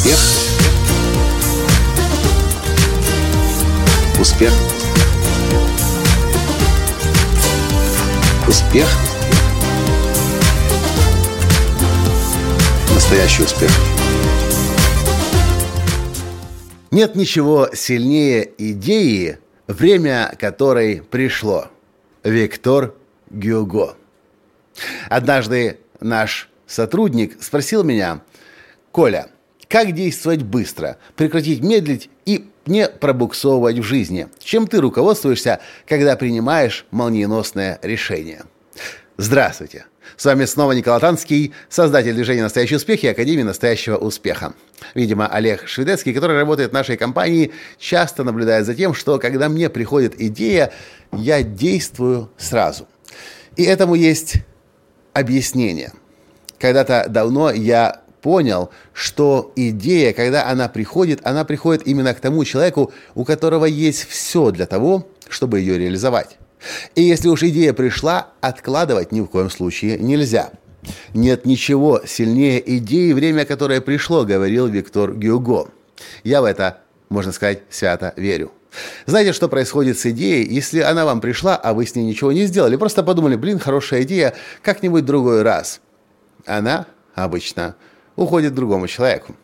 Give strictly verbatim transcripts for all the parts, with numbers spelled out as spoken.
Успех. Успех. Успех. Настоящий успех. Нет ничего сильнее идеи, время которой пришло. Виктор Гюго. Однажды наш сотрудник спросил меня: «Коля, как действовать быстро, прекратить медлить и не пробуксовывать в жизни? Чем ты руководствуешься, когда принимаешь молниеносное решение?» Здравствуйте! С вами снова Николай Танский, создатель движения «Настоящий успех» и Академии настоящего успеха. Видимо, Олег Шведецкий, который работает в нашей компании, часто наблюдает за тем, что когда мне приходит идея, я действую сразу. И этому есть объяснение. Когда-то давно я понял, что идея, когда она приходит, она приходит именно к тому человеку, у которого есть все для того, чтобы ее реализовать. И если уж идея пришла, откладывать ни в коем случае нельзя. «Нет ничего сильнее идеи, время которое пришло», — говорил Виктор Гюго. Я в это, можно сказать, свято верю. Знаете, что происходит с идеей, если она вам пришла, а вы с ней ничего не сделали? Просто подумали: блин, хорошая идея, как-нибудь в другой раз. Она обычно уходит к другому человеку.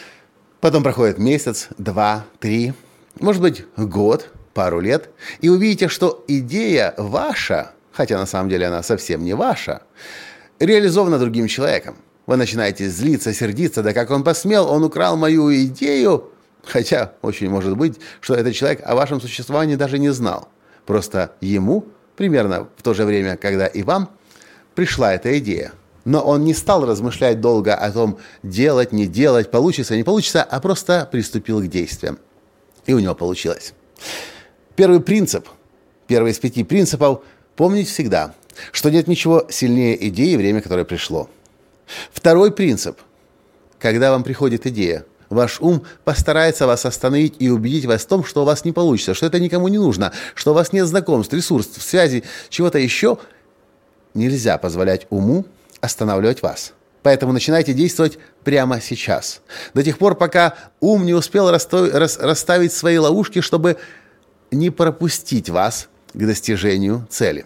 Потом проходит месяц, два, три, может быть, год, пару лет, и увидите, что идея ваша, хотя на самом деле она совсем не ваша, реализована другим человеком. Вы начинаете злиться, сердиться: да как он посмел, он украл мою идею. Хотя очень может быть, что этот человек о вашем существовании даже не знал. Просто ему, примерно в то же время, когда и вам, пришла эта идея. Но он не стал размышлять долго о том, делать, не делать, получится, не получится, а просто приступил к действиям. И у него получилось. Первый принцип, первый из пяти принципов – помнить всегда, что нет ничего сильнее идеи, время которое пришло. Второй принцип – когда вам приходит идея, ваш ум постарается вас остановить и убедить вас в том, что у вас не получится, что это никому не нужно, что у вас нет знакомств, ресурсов, связей, чего-то еще. Нельзя позволять уму останавливать вас. Поэтому начинайте действовать прямо сейчас. До тех пор, пока ум не успел расставить свои ловушки, чтобы не пропустить вас к достижению цели.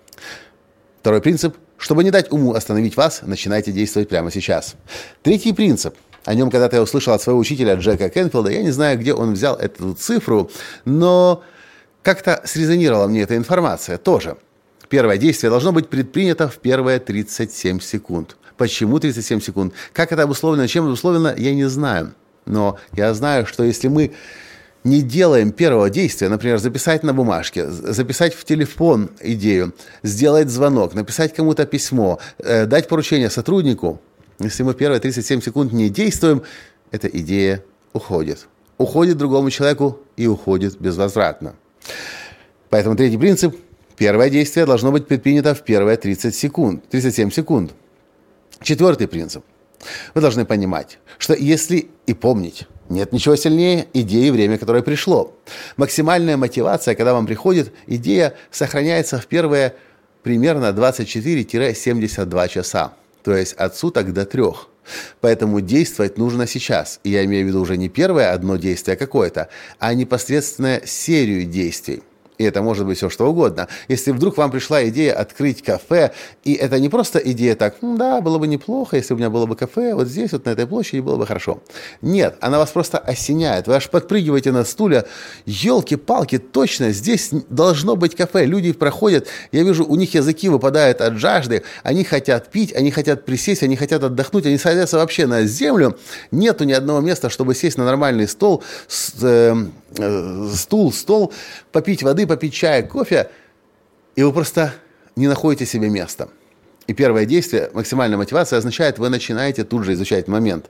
Второй принцип. Чтобы не дать уму остановить вас, начинайте действовать прямо сейчас. Третий принцип. О нем когда-то я услышал от своего учителя Джека Кенфилда. Я не знаю, где он взял эту цифру, но как-то срезонировала мне эта информация тоже. Первое действие должно быть предпринято в первые тридцать семь секунд. Почему тридцать семь секунд? Как это обусловлено, чем обусловлено, я не знаю. Но я знаю, что если мы не делаем первого действия, например, записать на бумажке, записать в телефон идею, сделать звонок, написать кому-то письмо, э, дать поручение сотруднику, если мы в первые тридцать семь секунд не действуем, эта идея уходит. Уходит другому человеку и уходит безвозвратно. Поэтому третий принцип. Первое действие должно быть предпринято в первые тридцать секунд, тридцать семь секунд. Четвертый принцип. Вы должны понимать, что если и помнить, нет ничего сильнее идеи, время которое пришло. Максимальная мотивация, когда вам приходит идея, сохраняется в первые примерно двадцать четыре - семьдесят два часа. То есть от суток до трех. Поэтому действовать нужно сейчас. И я имею в виду уже не первое одно действие какое-то, а непосредственно серию действий. И это может быть все что угодно. Если вдруг вам пришла идея открыть кафе, и это не просто идея так: да, было бы неплохо, если у меня было бы кафе вот здесь, вот на этой площади, было бы хорошо. Нет, она вас просто осеняет. Вы аж подпрыгиваете на стуле. Елки-палки, точно, здесь должно быть кафе. Люди проходят, я вижу, у них языки выпадают от жажды. Они хотят пить, они хотят присесть, они хотят отдохнуть, они садятся вообще на землю. Нету ни одного места, чтобы сесть на нормальный стол, э, э, стул, стол, попить воды, попить чая, кофе, и вы просто не находите себе места. И первое действие, максимальная мотивация, означает, вы начинаете тут же изучать момент.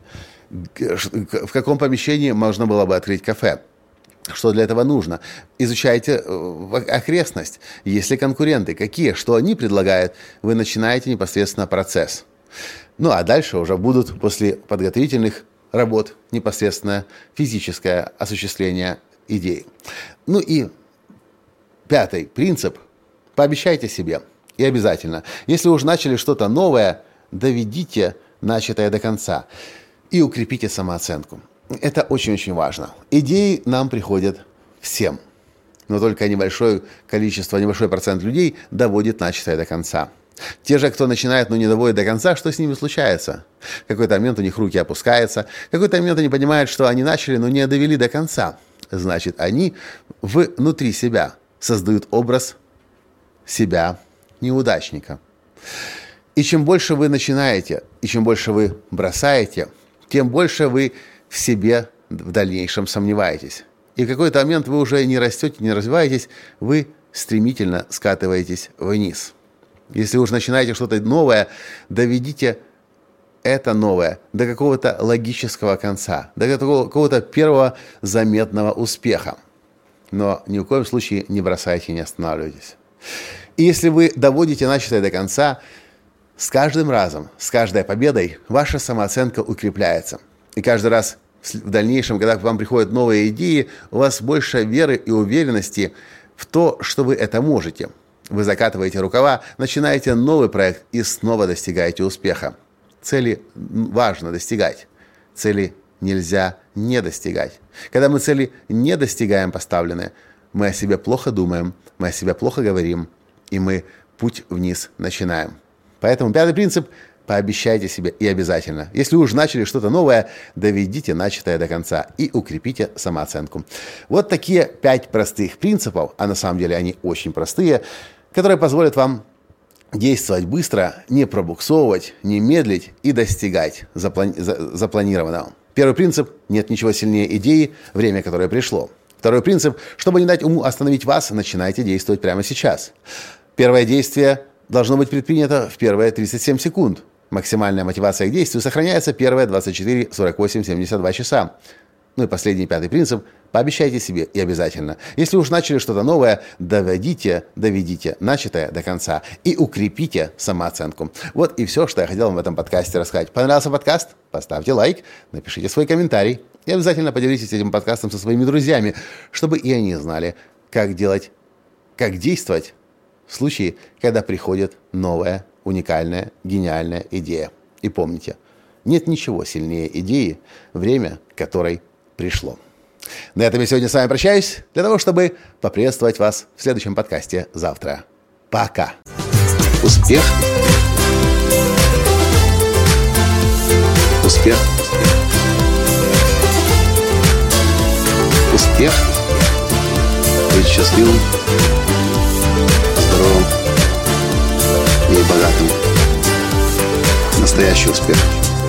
В каком помещении можно было бы открыть кафе? Что для этого нужно? Изучайте окрестность. Есть ли конкуренты? Какие? Что они предлагают? Вы начинаете непосредственно процесс. Ну, а дальше уже будут после подготовительных работ непосредственно физическое осуществление идей. Ну и пятый принцип. Пообещайте себе. И обязательно. Если уж начали что-то новое, доведите начатое до конца. И укрепите самооценку. Это очень-очень важно. Идеи нам приходят всем, но только небольшое количество, небольшой процент людей доводит начатое до конца. Те же, кто начинает, но не доводит до конца, что с ними случается? В какой-то момент у них руки опускаются, в какой-то момент они понимают, что они начали, но не довели до конца. Значит, они внутри себя создают образ себя неудачника. И чем больше вы начинаете, и чем больше вы бросаете, тем больше вы в себе в дальнейшем сомневаетесь. И в какой-то момент вы уже не растете, не развиваетесь, вы стремительно скатываетесь вниз. Если вы уже начинаете что-то новое, доведите это новое до какого-то логического конца, до какого-то первого заметного успеха. Но ни в коем случае не бросайте, не останавливайтесь. И если вы доводите начатое до конца, с каждым разом, с каждой победой ваша самооценка укрепляется. И каждый раз в дальнейшем, когда к вам приходят новые идеи, у вас больше веры и уверенности в то, что вы это можете. Вы закатываете рукава, начинаете новый проект и снова достигаете успеха. Цели важно достигать. Цели нельзя не достигать. Когда мы цели не достигаем поставленные, мы о себе плохо думаем, мы о себе плохо говорим, и мы путь вниз начинаем. Поэтому пятый принцип – пообещайте себе и обязательно. Если вы уже начали что-то новое, доведите начатое до конца и укрепите самооценку. Вот такие пять простых принципов, а на самом деле они очень простые, которые позволят вам действовать быстро, не пробуксовывать, не медлить и достигать заплани- за- запланированного. Первый принцип – нет ничего сильнее идеи, время которое пришло. Второй принцип – чтобы не дать уму остановить вас, начинайте действовать прямо сейчас. Первое действие должно быть предпринято в первые тридцать семь секунд. Максимальная мотивация к действию сохраняется первые двадцать четыре, сорок восемь, семьдесят два часа. Ну и последний, пятый принцип – пообещайте себе и обязательно. Если уж начали что-то новое, доведите, доведите начатое до конца и укрепите самооценку. Вот и все, что я хотел вам в этом подкасте рассказать. Понравился подкаст? Поставьте лайк, напишите свой комментарий и обязательно поделитесь этим подкастом со своими друзьями, чтобы и они знали, как делать, как действовать в случае, когда приходит новая, уникальная, гениальная идея. И помните, нет ничего сильнее идеи, время которой пришло. На этом я сегодня с вами прощаюсь, для того, чтобы поприветствовать вас в следующем подкасте завтра. Пока! Успех! Успех! Успех! Быть счастливым, здоровым и богатым. Настоящий успех!